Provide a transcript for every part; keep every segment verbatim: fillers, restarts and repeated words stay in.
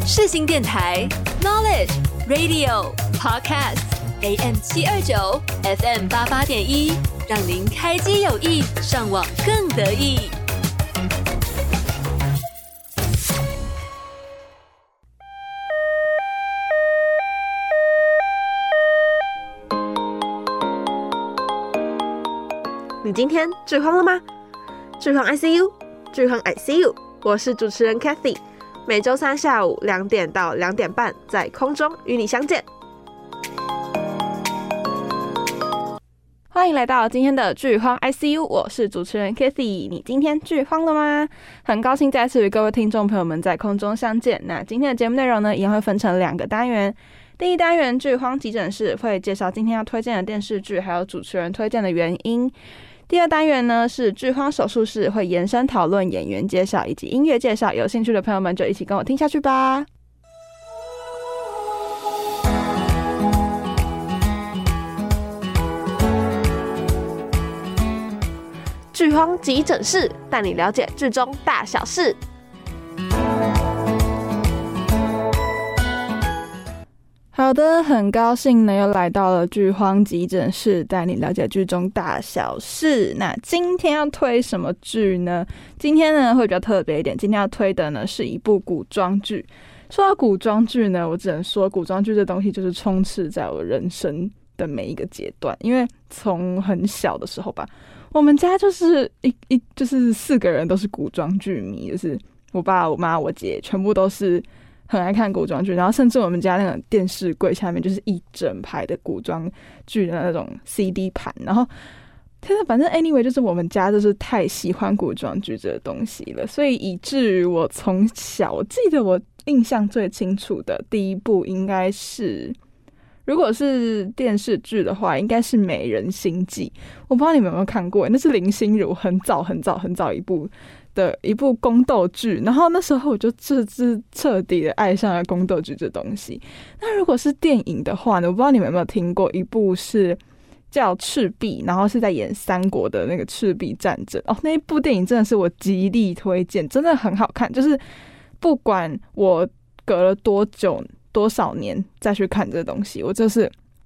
世新电台 Knowledge Radio Podcast A M 七二九 F M 八八点一，让您开机有益，上网更得意。 你今天剧荒了吗？剧荒 I C U， 剧荒 I C U， 我是主持人 Cathy， 每周三下午两点到两点半在空中与你相见。欢迎来到今天的剧荒 I C U， 我是主持人 Cathy。你今天剧荒了吗？很高兴再次与各位听众朋友们在空中相见。那今天的节目内容呢，一样会分成两个单元。第一单元剧荒急诊室会介绍今天要推荐的电视剧，还有主持人推荐的原因。第二单元呢是剧荒手术室，会延伸讨论演员介绍以及音乐介绍，有兴趣的朋友们就一起跟我听下去吧。剧荒急诊室带你了解剧中大小事。好的，很高兴呢又来到了剧荒急诊室，带你了解剧中大小事。那今天要推什么剧呢？今天呢会比较特别一点，今天要推的呢是一部古装剧。说到古装剧呢，我只能说古装剧这东西就是充斥在我人生的每一个阶段，因为从很小的时候吧，我们家就是一一就是四个人都是古装剧迷，就是我爸、我妈、我姐，全部都是很爱看古装剧，然后甚至我们家那种电视柜下面就是一整排的古装剧的那种 C D 盘，然后其实反正 anyway 就是我们家就是太喜欢古装剧这个东西了，所以以至于我从小，我记得我印象最清楚的第一部应该是，如果是电视剧的话，应该是《美人心计》，我不知道你们有没有看过，那是林心如很早很早很早一部的一部宫斗剧，然后那时候我就这这彻底的爱上了宫斗剧这东西。那如果是电影的话呢，我不知道你们有没有听过一部是叫《赤壁》，然后是在演三国的那个赤壁战争哦，那一部电影真的是我极力推荐，真的很好看，就是不管我隔了多久多少年再去看这个东西，我就是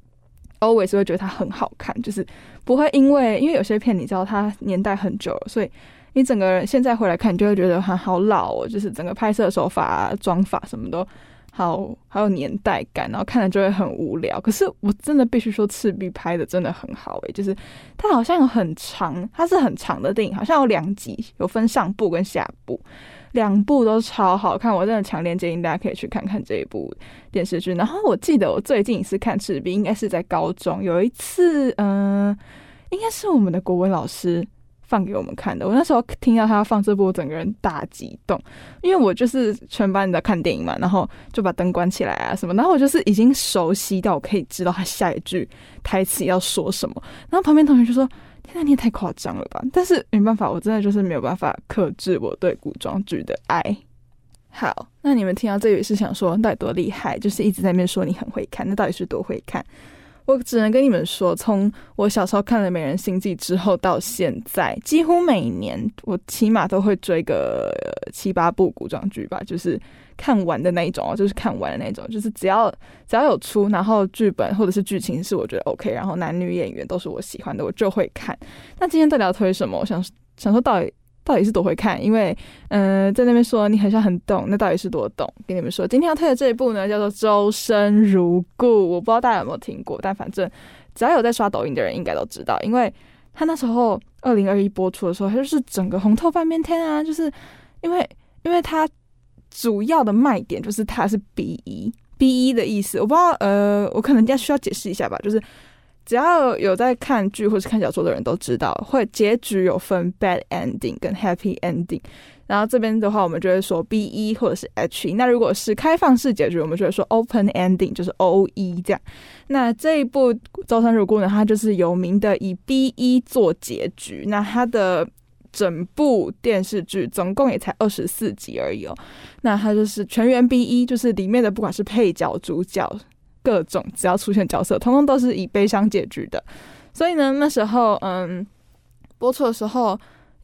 always 会觉得它很好看，就是不会因为因为有些片你知道它年代很久了，所以你整个人现在回来看，你就会觉得它好老哦，就是整个拍摄手法啊、妆法什么都好，好有年代感，然后看了就会很无聊。可是我真的必须说，赤壁拍的真的很好诶，就是它好像有很长，它是很长的电影，好像有两集，有分上部跟下部，两部都超好看，我真的强烈建议大家可以去看看这一部电视剧。然后我记得我最近一次看赤壁，应该是在高中，有一次，嗯、呃，应该是我们的国文老师放给我们看的。我那时候听到他要放这部，我整个人大激动，因为我就是全班在看电影嘛，然后就把灯关起来啊什么，然后我就是已经熟悉到我可以知道他下一句台词要说什么，然后旁边同学就说：“天哪，你也太夸张了吧！”但是没办法，我真的就是没有办法克制我对古装剧的爱。好，那你们听到这里是想说到底多厉害，就是一直在那边说你很会看，那到底是多会看？我只能跟你们说，从我小时候看了《美人心计》之后到现在，几乎每年我起码都会追个七八部古装剧吧，就是看完的那一种哦，就是看完的那种，就是只要只要有出，然后剧本或者是剧情是我觉得 OK， 然后男女演员都是我喜欢的，我就会看。那今天到底要推什么？我想想说到底。到底是多会看？因为，呃，在那边说你好像很懂，那到底是多懂？跟你们说，今天要推的这一部呢，叫做《周生如故》。我不知道大家有没有听过，但反正只要有在刷抖音的人应该都知道，因为他那时候二零二一播出的时候，他就是整个红透半边天啊！就是因为，因为他主要的卖点就是他是 B 一 B 一的意思，我不知道，呃，我可能要需要解释一下吧，就是。只要有在看剧或是看小说的人都知道，会结局有分 bad ending 跟 happy ending。然后这边的话，我们就会说 B 一 或者是 H 一。那如果是开放式结局，我们就会说 open ending， 就是 O 一 这样。那这一部《周生如故》呢，它就是有名的以 B 一 做结局。那它的整部电视剧总共也才二十四集而已哦。那它就是全员 B 一，就是里面的不管是配角、主角。各种只要出现角色，通通都是以悲伤结局的。所以呢，那时候嗯播出的时候，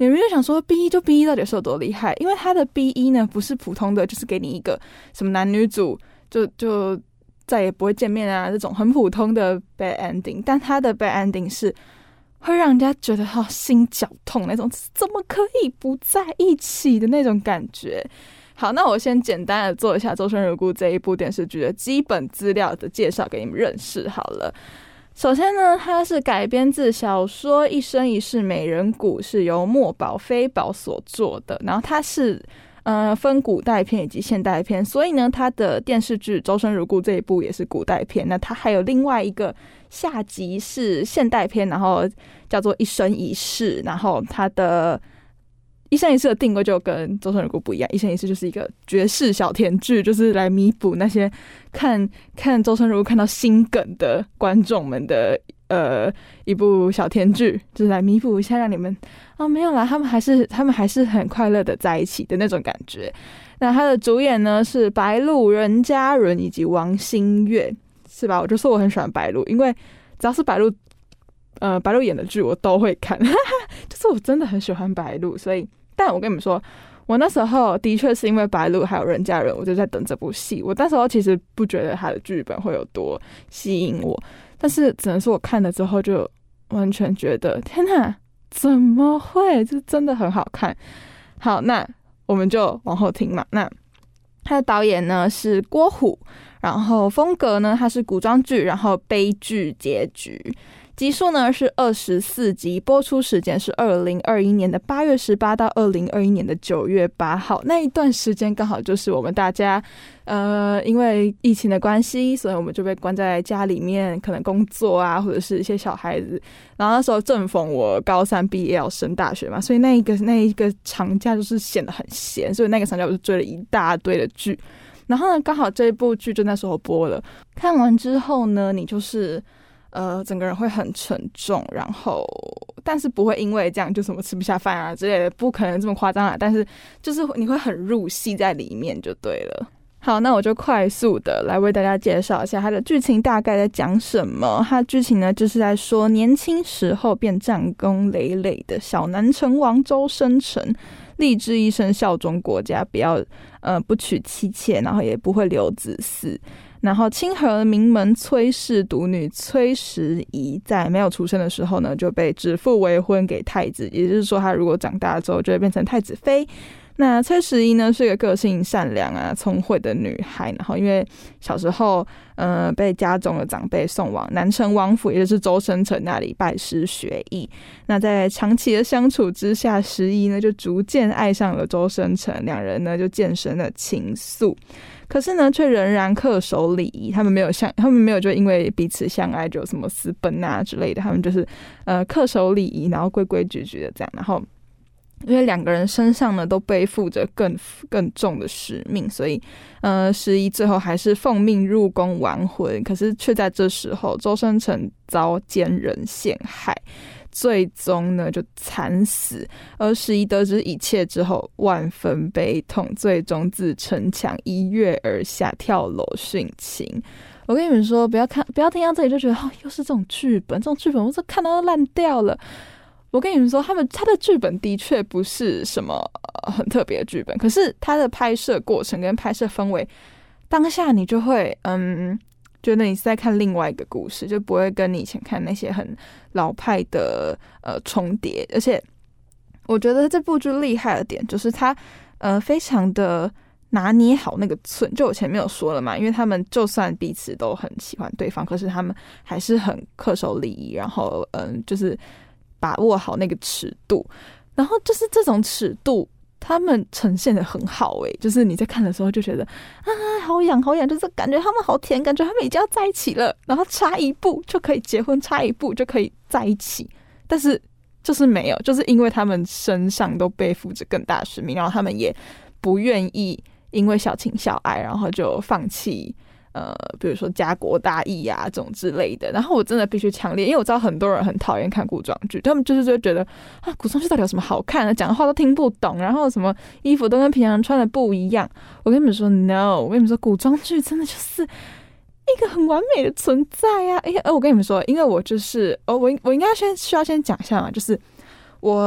你们就想说 B 一 就 B 一 到底是有多厉害？因为他的 B 一 呢不是普通的，就是给你一个什么男女主就就再也不会见面啊这种很普通的 bad ending， 但他的 bad ending 是会让人家觉得好心绞痛那种，怎么可以不在一起的那种感觉。好，那我先简单的做一下《周生如故》这一部电视剧的基本资料的介绍给你们认识好了。首先呢，它是改编自小说《一生一世美人谷》，是由墨宝非宝所做的，然后它是呃分古代片以及现代片，所以呢它的电视剧《周生如故》这一部也是古代片，那它还有另外一个下集是现代片，然后叫做《一生一世》，然后它的一生一世的定位就跟周生如故不一样，一生一世就是一个绝世小甜剧，就是来弥补那些看看周生如故看到心梗的观众们的呃一部小甜剧，就是来弥补一下，让你们哦没有啦，他们还是他们还是很快乐的在一起的那种感觉。那他的主演呢是白鹿、任嘉伦以及王星越，是吧？我就说我很喜欢白鹿，因为只要是白鹿呃白鹿演的剧我都会看，就是我真的很喜欢白鹿，所以。但我跟你们说，我那时候的确是因为白鹿还有任嘉伦，我就在等这部戏。我那时候其实不觉得他的剧本会有多吸引我，但是只能说我看了之后就完全觉得，天哪，怎么会？这真的很好看。好，那我们就往后听嘛。那他的导演呢是郭虎，然后风格呢他是古装剧，然后悲剧结局。集数呢是二十四集，播出时间是二零二一年的八月十八到二零二一年的九月八号，那一段时间刚好就是我们大家呃因为疫情的关系，所以我们就被关在家里面，可能工作啊，或者是一些小孩子。然后那时候正逢我高三毕业要升大学嘛，所以那一个那一个长假就是显得很闲，所以那个长假我就追了一大堆的剧。然后呢，刚好这一部剧就那时候播了，看完之后呢，你就是呃，整个人会很沉重，然后但是不会因为这样就什么吃不下饭啊之类的，不可能这么夸张啊。但是就是你会很入戏在里面就对了。好，那我就快速的来为大家介绍一下它的剧情大概在讲什么。它的剧情呢，就是在说年轻时候便战功累累的小南成王周生辰，立志一生效忠国家，不要呃不娶妻妾，然后也不会留子嗣。然后清河名门崔氏独女崔时宜在没有出生的时候呢，就被指腹为婚给太子，也就是说她如果长大之后就会变成太子妃。那崔时宜呢是一个个性善良啊聪慧的女孩，然后因为小时候呃被家中的长辈送往南城王府，也就是周生辰那里拜师学艺。那在长期的相处之下，时宜呢就逐渐爱上了周生辰，两人呢就渐生了情愫。可是呢，却仍然恪守礼仪。他们没有相，他们没有就因为彼此相爱就有什么私奔啊之类的。他们就是呃恪守礼仪，然后规规矩矩的这样。然后，因为两个人身上呢都背负着更更重的使命，所以呃时宜最后还是奉命入宫完婚。可是却在这时候，周生辰遭奸人陷害。最终呢就惨死，而时宜得知一切之后万分悲痛，最终自城墙一跃而下，跳楼殉情。我跟你们说，不要看，不要听到这里就觉得哦，又是这种剧本，这种剧本我这看到都烂掉了。我跟你们说，他们他的剧本的确不是什么、呃、很特别的剧本，可是他的拍摄过程跟拍摄氛围，当下你就会嗯。觉得你是在看另外一个故事，就不会跟你以前看那些很老派的呃重叠。而且我觉得这部剧厉害的点就是它呃非常的拿捏好那个寸。就我前面有说了嘛，因为他们就算彼此都很喜欢对方，可是他们还是很恪守礼仪，然后嗯、呃、就是把握好那个尺度。然后就是这种尺度他们呈现的很好诶、欸，就是你在看的时候就觉得啊，好痒好痒，就是感觉他们好甜，感觉他们已经要在一起了，然后差一步就可以结婚，差一步就可以在一起，但是就是没有，就是因为他们身上都背负着更大的使命，然后他们也不愿意因为小情小爱，然后就放弃。呃，比如说家国大义啊这种之类的，然后我真的必须强烈，因为我知道很多人很讨厌看古装剧，他们就是就觉得啊，古装剧到底有什么好看的？讲的话都听不懂，然后什么衣服都跟平常人穿的不一样。我跟你们说 ，no， 我跟你们说，古装剧真的就是一个很完美的存在啊！哎，我跟你们说，因为我就是哦，我我应该先需要先讲一下嘛，就是我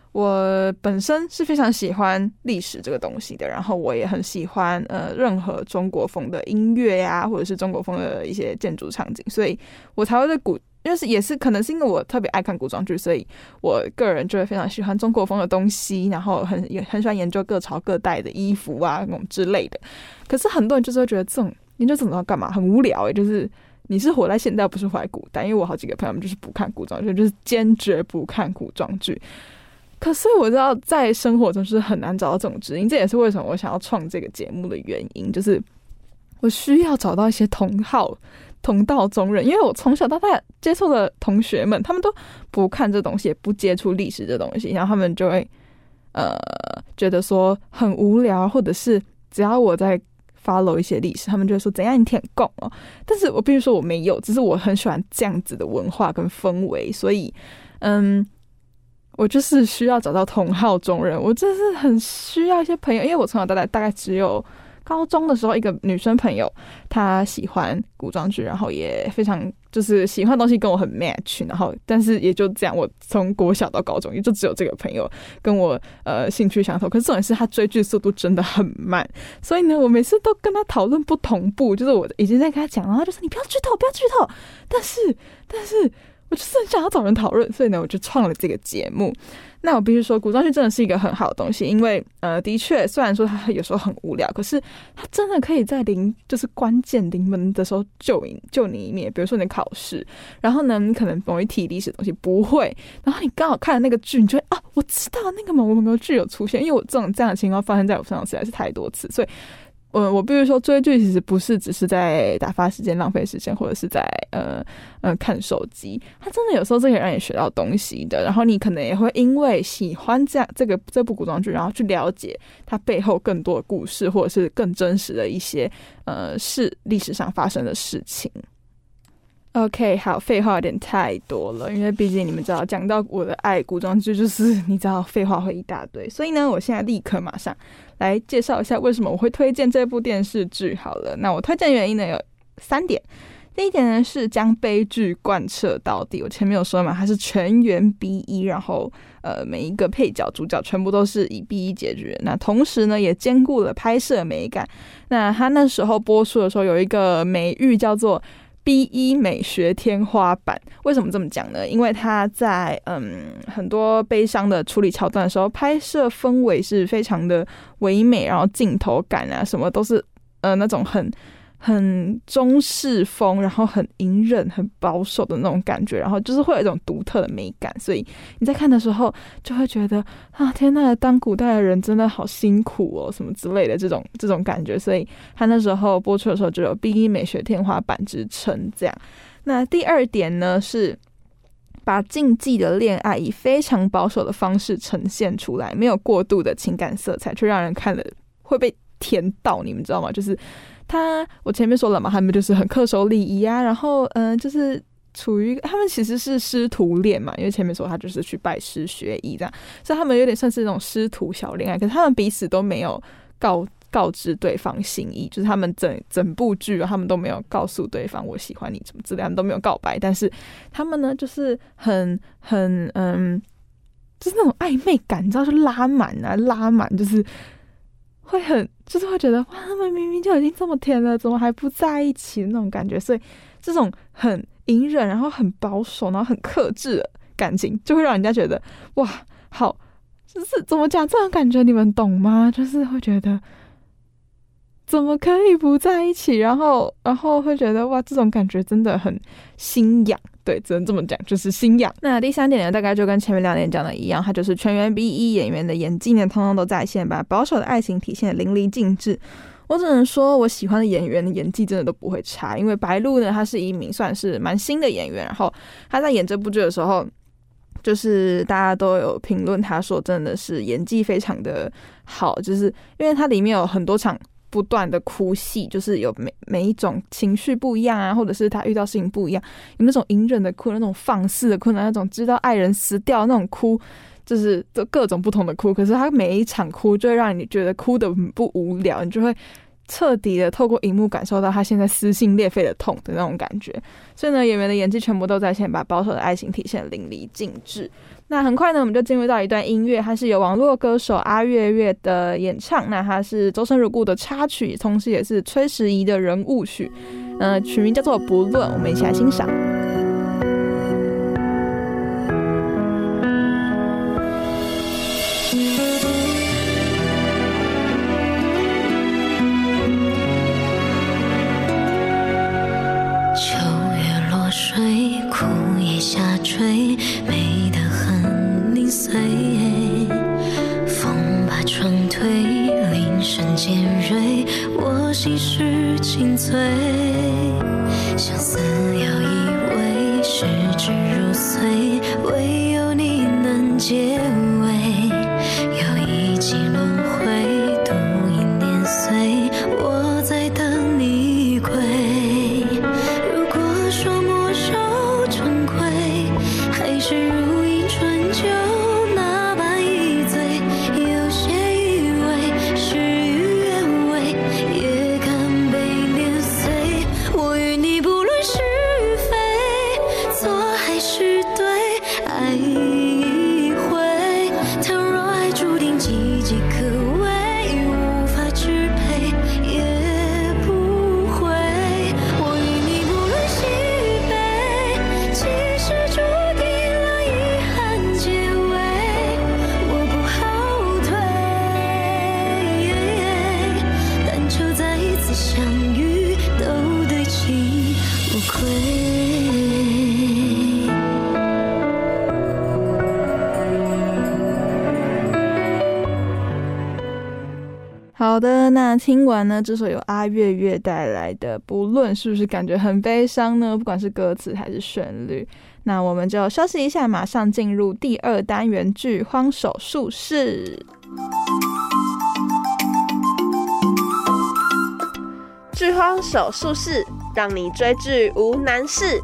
我本身是非常喜欢历史这个东西的，然后我也很喜欢呃任何中国风的音乐呀，或者是中国风的一些建筑场景，所以我才会对古，因为是也是可能是因为我特别爱看古装剧，所以我个人就会非常喜欢中国风的东西，然后很也很喜欢研究各朝各代的衣服啊那种之类的。可是很多人就是会觉得这种研究这种要干嘛，很无聊诶、欸，就是你是活在现代，不是活在古代。因为我好几个朋友们就是不看古装剧，就是坚决不看古装剧。可是我知道在生活中是很难找到这种指引，这也是为什么我想要创这个节目的原因，就是我需要找到一些同好同道中人，因为我从小到大接触的同学们，他们都不看这东西，也不接触历史这东西，然后他们就会呃觉得说很无聊，或者是只要我在 follow 一些历史，他们就会说怎样你舔共哦。但是我必须说我没有，只是我很喜欢这样子的文化跟氛围，所以嗯。我就是需要找到同好中人，我真是很需要一些朋友，因为我从小到大大概只有高中的时候一个女生朋友，她喜欢古装剧，然后也非常就是喜欢的东西跟我很 match， 然后但是也就这样，我从国小到高中也就只有这个朋友跟我呃兴趣相投，可是重点是她追剧速度真的很慢，所以呢我每次都跟她讨论不同步，就是我已经在跟她讲，然后就是你不要剧透不要剧透，但是但是我就是很想要找人讨论，所以呢，我就创了这个节目。那我必须说，古装剧真的是一个很好的东西，因为呃，的确，虽然说它有时候很无聊，可是它真的可以在临就是关键临门的时候救你救你一命。比如说你的考试，然后呢，你可能某一题历史的东西不会，然后你刚好看了那个剧，你就会啊，我知道那个某某某剧有出现，因为我这种这样的情况发生在我身上实在是太多次，所以。呃，我比如说追剧其实不是只是在打发时间、浪费时间，或者是在呃呃看手机，它真的有时候是可以让你学到东西的。然后你可能也会因为喜欢这样这个这部古装剧，然后去了解它背后更多的故事，或者是更真实的一些呃是历史上发生的事情。OK， 好，废话有点太多了，因为毕竟你们知道，讲到我的爱古装剧，就是你知道废话会一大堆，所以呢，我现在立刻马上来介绍一下为什么我会推荐这部电视剧。好了，那我推荐原因呢有三点。第一点呢是将悲剧贯彻到底，我前面有说嘛，它是全员 B 一，然后呃每一个配角主角全部都是以 B 一结局，那同时呢也兼顾了拍摄美感。那它那时候播出的时候有一个美誉叫做B 一 美学天花板，为什么这么讲呢？因为他在嗯很多悲伤的处理桥段的时候，拍摄氛围是非常的唯美，然后镜头感啊什么都是呃那种很很中式风，然后很隐忍、很保守的那种感觉，然后就是会有一种独特的美感，所以你在看的时候就会觉得啊，天哪，当古代的人真的好辛苦哦，什么之类的这种这种感觉，所以他那时候播出的时候就有 B 一 美学天花板之称。这样，那第二点呢是把禁忌的恋爱以非常保守的方式呈现出来，没有过度的情感色彩，却让人看了会被甜到，你们知道吗？就是他，我前面说了嘛，他们就是很恪守礼仪啊，然后嗯、呃，就是处于他们其实是师徒恋嘛，因为前面说他就是去拜师学艺这样，所以他们有点算是那种师徒小恋爱，可是他们彼此都没有告告知对方心意，就是他们整整部剧他们都没有告诉对方我喜欢你什么之类的，他们都没有告白，但是他们呢就是很很嗯，就是那种暧昧感，你知道，就拉满啊拉满，就是会很就是会觉得哇，他们明明就已经这么甜了，怎么还不在一起的那种感觉，所以这种很隐忍，然后很保守，然后很克制的感情，就会让人家觉得哇，好，就是怎么讲这种感觉，你们懂吗？就是会觉得怎么可以不在一起，然后然后会觉得哇，这种感觉真的很心痒。对，只能这么讲，就是心痒。那第三点呢，大概就跟前面两点讲的一样，它就是全员 B 一，演员的演技呢，通通都在线，把保守的爱情体现得淋漓尽致。我只能说，我喜欢的演员的演技真的都不会差，因为白鹿呢，她是一名算是蛮新的演员，然后她在演这部剧的时候，就是大家都有评论，她说真的是演技非常的好，就是因为它里面有很多场不断的哭戏，就是有每每一种情绪不一样啊，或者是他遇到事情不一样，有那种隐忍的哭，那种放肆的哭，那种知道爱人死掉那种哭，就是各种不同的哭。可是他每一场哭就会让你觉得哭得不无聊，你就会彻底的透过荧幕感受到他现在撕心裂肺的痛的那种感觉。所以呢，演员的演技全部都在线，把保守的爱情体现淋漓尽致。那很快呢，我们就进入到一段音乐，它是由网络歌手阿月月的演唱。那它是周深如故的插曲，同时也是崔时宜的人物曲，呃，曲名叫做《不论》，我们一起来欣赏。 秋月落水，枯叶下垂，美得很零碎。风把窗推，铃声尖锐，我心事轻醉。相思要以为失之如髓，唯有你能解围。有一季轮回，独饮年岁，我在等你归。如果说墨守成规，还是如饮醇酒那般一醉。有些以为事与愿违，也敢被碾碎。我与你不论是非，错还是对，爱一回。倘若爱注定岌岌可危，无法支配也不会。我与你不论喜悲，其实注定了遗憾结尾。我不后退，但求再一次相遇，都对情无愧。 好的，那听完呢这首由阿月月带来的《不论》，是不是感觉很悲伤呢？不管是歌词还是旋律。那我们就休息一下，马上进入第二单元剧荒手术室。 剧荒手术室，让你追剧无难事。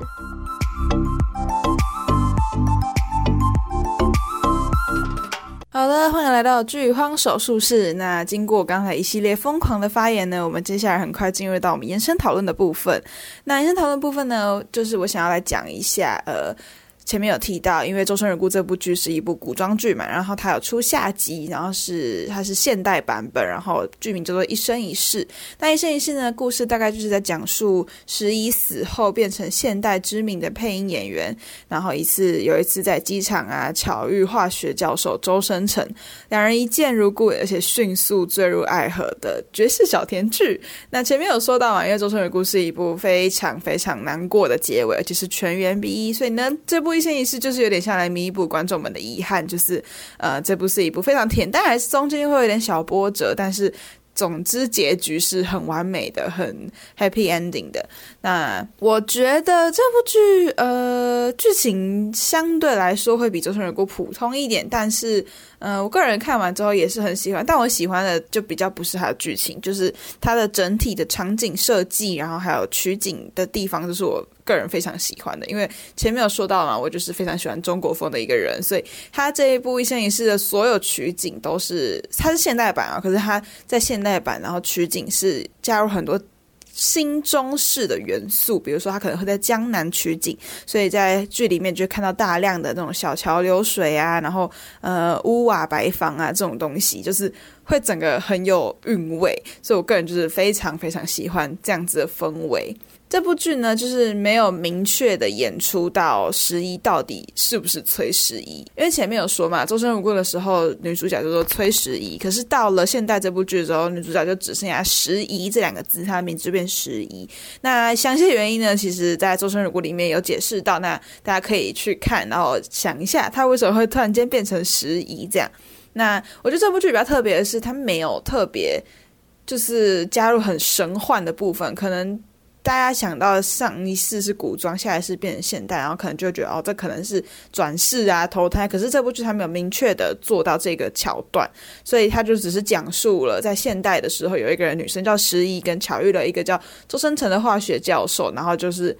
好的，欢迎来到剧荒手术室。那经过刚才一系列疯狂的发言呢，我们接下来很快进入到我们延伸讨论的部分。那延伸讨论部分呢，就是我想要来讲一下，呃，前面有提到，因为《周深如故》这部剧是一部古装剧嘛，然后它有出下集，然后是它是现代版本，然后剧名叫做《一生一世》。那《一生一世》呢，故事大概就是在讲述时宜死后变成现代知名的配音演员，然后一次有一次在机场啊巧遇化学教授周生辰，两人一见如故，而且迅速坠入爱河的绝世小甜剧。那前面有说到嘛，因为《周深如故》是一部非常非常难过的结尾，而且是全员毕一，所以呢，这部《一生一世》就是有点像来弥补观众们的遗憾，就是呃，这部是一部非常甜，但还是中间会有点小波折，但是总之结局是很完美的，很 happy ending 的。那我觉得这部剧呃剧情相对来说会比《周深如故》普通一点，但是呃我个人看完之后也是很喜欢，但我喜欢的就比较不是它的剧情，就是它的整体的场景设计，然后还有取景的地方，就是我个人非常喜欢的。因为前面有说到嘛，我就是非常喜欢中国风的一个人，所以他这一部《一生一世》的所有取景都是，它是现代版啊，可是他在现代版然后取景是加入很多新中式的元素，比如说他可能会在江南取景，所以在剧里面就会看到大量的那种小桥流水啊，然后呃屋瓦白房啊这种东西，就是会整个很有韵味，所以我个人就是非常非常喜欢这样子的氛围。这部剧呢，就是没有明确的演出到时宜到底是不是崔时宜，因为前面有说嘛，周深如故的时候女主角就说崔时宜，可是到了现代这部剧的时候，女主角就只剩下时宜这两个字，她的名字就变时宜。那详细原因呢，其实在周深如故里面有解释到，那大家可以去看，然后想一下她为什么会突然间变成时宜这样。那我觉得这部剧比较特别的是，它没有特别就是加入很神幻的部分，可能大家想到上一世是古装，下一世变成现代，然后可能就会觉得哦，这可能是转世啊、投胎。可是这部剧它没有明确的做到这个桥段，所以它就只是讲述了在现代的时候，有一个人女生叫时宜，跟巧遇了一个叫周生辰的化学教授，然后就是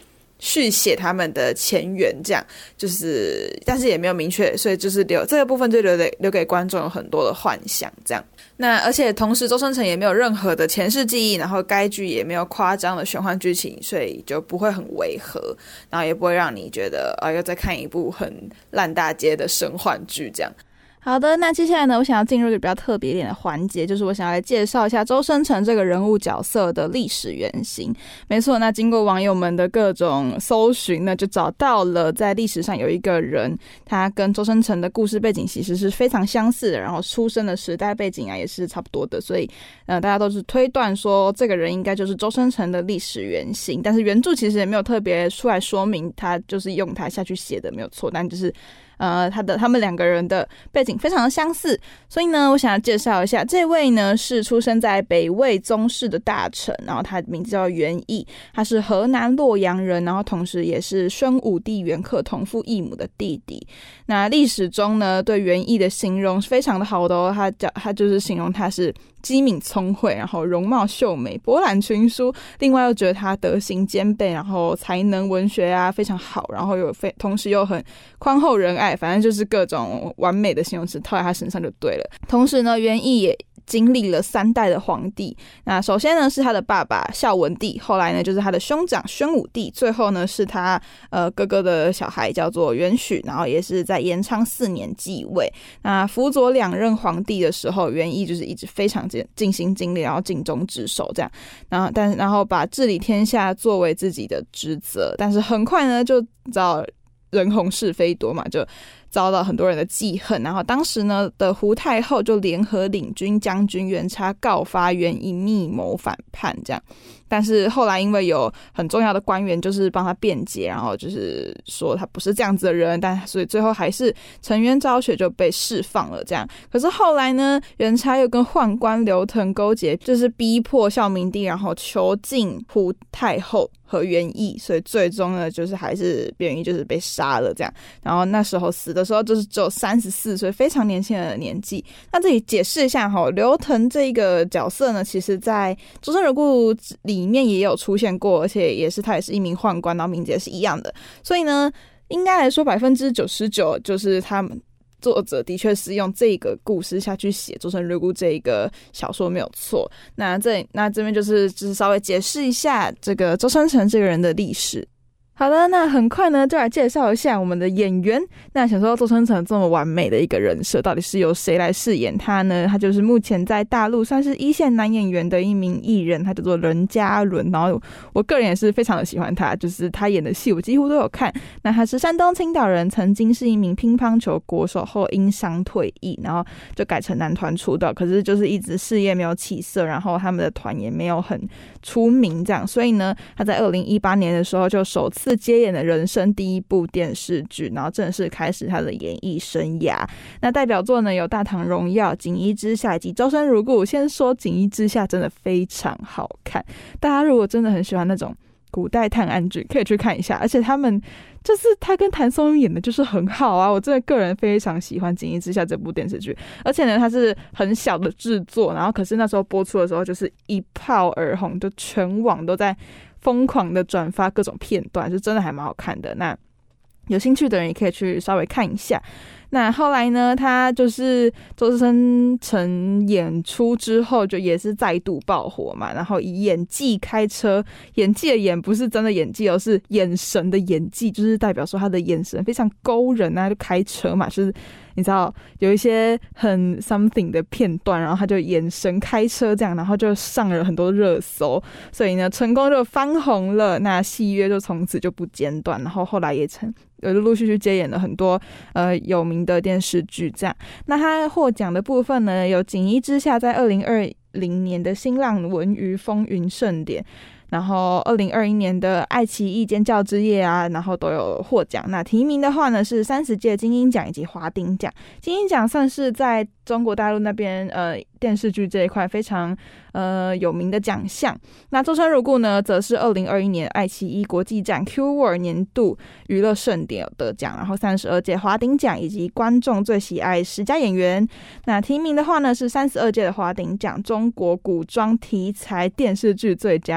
续写他们的前缘，这样就是但是也没有明确，所以就是留这个部分就留给留给观众有很多的幻想这样。那而且同时周生成也没有任何的前世记忆，然后该剧也没有夸张的玄幻剧情，所以就不会很违和，然后也不会让你觉得啊又在看一部很烂大街的神幻剧这样。好的，那接下来呢，我想要进入一个比较特别一点的环节，就是我想要来介绍一下周生成这个人物角色的历史原型。没错，那经过网友们的各种搜寻呢，就找到了在历史上有一个人，他跟周生成的故事背景其实是非常相似的，然后出生的时代背景啊也是差不多的，所以呃大家都是推断说这个人应该就是周生成的历史原型。但是原著其实也没有特别出来说明他就是用他下去写的，没有错，但就是呃，他的他们两个人的背景非常的相似，所以呢，我想要介绍一下这位呢是出生在北魏宗室的大臣，然后他的名字叫袁义，他是河南洛阳人，然后同时也是宣武帝袁克同父异母的弟弟。那历史中呢，对袁义的形容非常的好的哦，他叫他就是形容他是机敏聪慧，然后容貌秀美，博览群书，另外又觉得他德行兼备，然后才能文学啊非常好，然后又非同时又很宽厚仁爱，反正就是各种完美的形容词套在他身上就对了。同时呢，袁义也经历了三代的皇帝，那首先呢是他的爸爸孝文帝，后来呢就是他的兄长宣武帝，最后呢是他呃哥哥的小孩叫做袁许，然后也是在延昌四年继位。那辅佐两任皇帝的时候，袁义就是一直非常尽心尽力，然后尽忠职守这样，然后但然后把治理天下作为自己的职责，但是很快呢就遭人红是非多嘛，就遭到很多人的记恨，然后当时呢的胡太后就联合领军将军袁叉告发袁义密谋反叛这样。但是后来因为有很重要的官员就是帮他辩解，然后就是说他不是这样子的人，但所以最后还是沉冤昭雪就被释放了这样。可是后来呢，袁叉又跟宦官刘腾勾结，就是逼迫孝明帝然后囚禁胡太后和袁义，所以最终呢就是还是袁义就是被杀了这样。然后那时候死的时候就是只有三十四岁，非常年轻的年纪。那这里解释一下哈，刘腾这个角色呢，其实在周生如故里里面也有出现过，而且也是他也是一名宦官，然后名字也是一样的，所以呢，应该来说百分之九十九就是他们作者的确是用这个故事下去写周生如故这个小说没有错。那这那这边就是就是稍微解释一下这个周生成这个人的历史。好的，那很快呢就来介绍一下我们的演员。那想说周生成这么完美的一个人设，到底是由谁来饰演他呢？他就是目前在大陆算是一线男演员的一名艺人，他叫做任嘉伦，然后我个人也是非常的喜欢他，就是他演的戏我几乎都有看。那他是山东青岛人，曾经是一名乒乓球国手，后因伤退役，然后就改成男团出道，可是就是一直事业没有起色，然后他们的团也没有很出名这样，所以呢他在二零一八年的时候就首次接演的人生第一部电视剧，然后正式开始他的演艺生涯。那代表作呢有《大唐荣耀》、《锦衣之下》以及《周生如故》。先说《锦衣之下》真的非常好看，大家如果真的很喜欢那种古代探案剧，可以去看一下。而且他们就是他跟谭松韵演的就是很好啊，我真的个人非常喜欢《锦衣之下》这部电视剧。而且呢，它是很小的制作，然后可是那时候播出的时候就是一炮而红，就全网都在疯狂的转发各种片段，就真的还蛮好看的。那有兴趣的人也可以去稍微看一下。那后来呢，他就是周生成演出之后就也是再度爆火嘛，然后以演技开车，演技的演不是真的演技哦，是眼神的演技，就是代表说他的眼神非常勾人啊，就开车嘛，就是你知道有一些很 something 的片段，然后他就眼神开车这样，然后就上了很多热搜，所以呢成功就翻红了，那戏约就从此就不间断，然后后来也成有陆陆续续接演了很多呃有名的电视剧这样。那他获奖的部分呢，有《锦衣之下》在二零二零年的新浪文娱风云盛典，然后二零二一年的爱奇艺尖叫之夜啊，然后都有获奖。那提名的话呢是三十届金鹰奖以及华鼎奖。金鹰奖算是在中国大陆那边呃电视剧这一块非常呃有名的奖项。那周生如故呢，则是二零二一年爱奇艺国际展 Q Award 年度娱乐盛典有得奖，然后三十二届华鼎奖以及观众最喜爱十佳演员。那提名的话呢是三十二届的华鼎奖中国古装题材电视剧最佳男演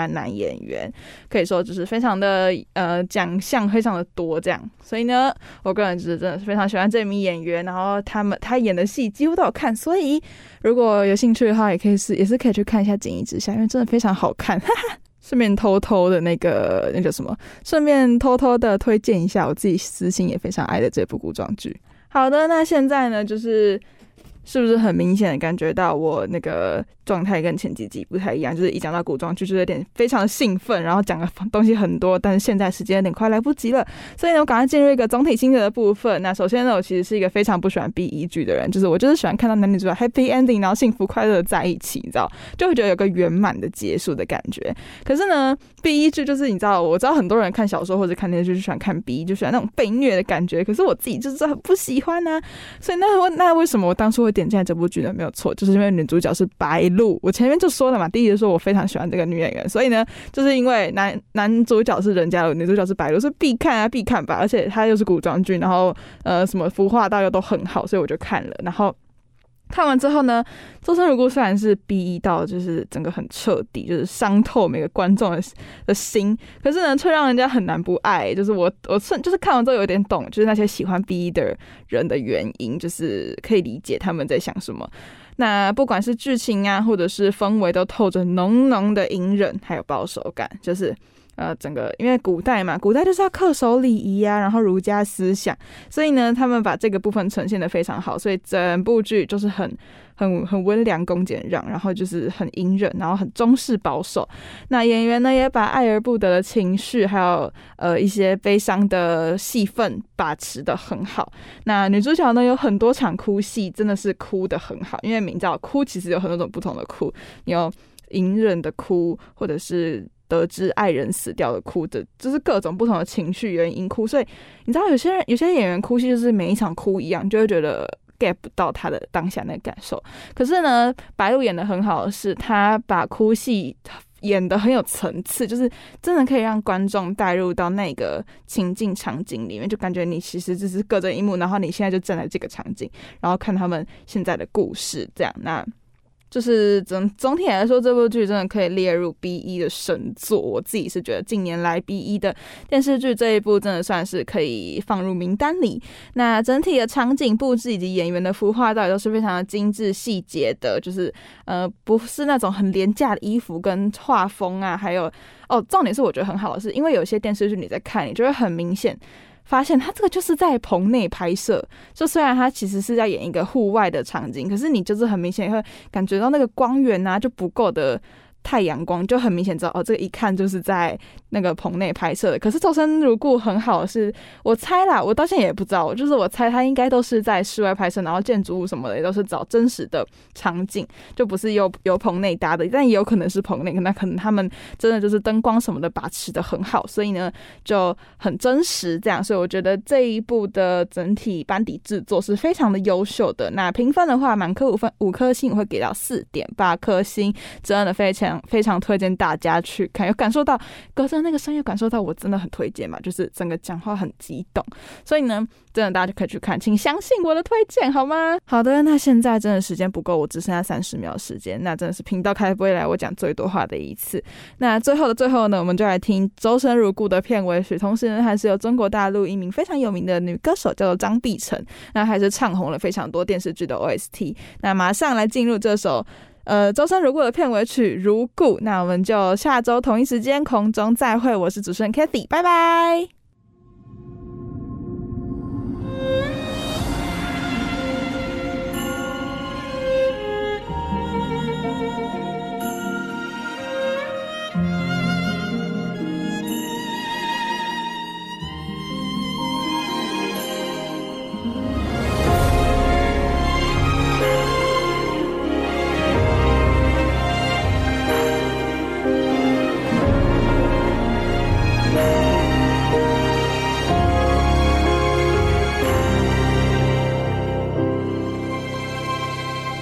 演员，可以说就是非常的呃奖项非常的多这样。所以呢，我个人就是真的是非常喜欢这名演员，然后他们他演的戏几乎都有看，所以如果有兴趣的话，也可以是也是可以去看一下《锦衣之下》，因为真的非常好看，哈哈。顺便偷偷的那个那个什么，顺便偷偷的推荐一下我自己私心也非常爱的这部古装剧。好的，那现在呢，就是是不是很明显的感觉到我那个状态跟前几集不太一样？就是一讲到古装剧，就是有点非常的兴奋，然后讲的东西很多，但是现在时间有点快来不及了，所以呢，我赶快进入一个总体心得的部分。那首先呢，我其实是一个非常不喜欢 B E 剧的人，就是我就是喜欢看到男女主角 happy ending， 然后幸福快乐的在一起，你知道，就会觉得有个圆满的结束的感觉。可是呢 ，B E 剧就是你知道，我知道很多人看小说或者看电视剧就喜欢看 B E， 就喜欢那种被虐的感觉。可是我自己就是很不喜欢啊，所以那那为什么我当初会点进来这部剧呢？没有错，就是因为女主角是白鹿。我前面就说了嘛，第一就说我非常喜欢这个女演员，所以呢，就是因为男男主角是人家的，女主角是白鹿，是必看啊必看吧。而且它又是古装剧，然后呃什么服化道又都很好，所以我就看了。然后看完之后呢，周生如故虽然是 B E 到就是整个很彻底，就是伤透每个观众 的, 的心，可是呢却让人家很难不爱。就是我我就是看完之后有点懂，就是那些喜欢 B E 的人的原因，就是可以理解他们在想什么。那不管是剧情啊，或者是氛围，都透着浓浓的隐忍还有保守感，就是呃，整个因为古代嘛，古代就是要恪守礼仪啊，然后儒家思想，所以呢，他们把这个部分呈现得非常好，所以整部剧就是很很很温良恭俭让，然后就是很隐忍，然后很中式保守。那演员呢，也把爱而不得的情绪，还有呃一些悲伤的戏份把持得很好。那女主角呢，有很多场哭戏，真的是哭得很好，因为你知道哭其实有很多种不同的哭，你有隐忍的哭，或者是得知爱人死掉的哭的，就是各种不同的情绪原因哭。所以你知道有些人有些演员哭戏就是每一场哭一样，就会觉得 get 不到他的当下那个感受。可是呢，白鹿演得很好的是，他把哭戏演得很有层次，就是真的可以让观众带入到那个情境场景里面，就感觉你其实只是隔着荧幕，然后你现在就站在这个场景，然后看他们现在的故事这样。那就是总总体来说，这部剧真的可以列入 B E 的神作。我自己是觉得近年来 B E 的电视剧这一部真的算是可以放入名单里。那整体的场景布置以及演员的服化道也都是非常的精致细节的，就是呃不是那种很廉价的衣服跟画风啊，还有哦重点是我觉得很好的是，因为有些电视剧你在看，你就会很明显发现他这个就是在棚内拍摄，就虽然他其实是在演一个户外的场景，可是你就是很明显会感觉到那个光源啊就不够的太阳光，就很明显知道哦，这个一看就是在那个棚内拍摄的。可是周生如故很好的是，我猜啦，我到现在也不知道，就是我猜他应该都是在室外拍摄，然后建筑物什么的也都是找真实的场景，就不是由由棚内搭的，但也有可能是棚内，那可能他们真的就是灯光什么的把持的很好，所以呢就很真实这样。所以我觉得这一部的整体班底制作是非常的优秀的。那评分的话，满颗五分五颗星我会给到四点八颗星，真的非常非常推荐大家去看，有感受到隔着那个声音，有感受到我真的很推荐嘛，就是整个讲话很激动，所以呢真的大家就可以去看，请相信我的推荐好吗？好的，那现在真的时间不够，我只剩下三十秒的时间，那真的是频道开播以来我讲最多话的一次。那最后的最后呢，我们就来听周生如故的片尾曲，同时呢还是有中国大陆一名非常有名的女歌手叫做张碧晨，那还是唱红了非常多电视剧的 O S T。 那马上来进入这首呃，周生如故的片尾曲《如故》，那我们就下周同一时间空中再会。我是主持人 Cathy， 拜拜。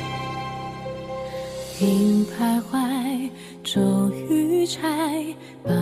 云徘徊，骤雨柴，把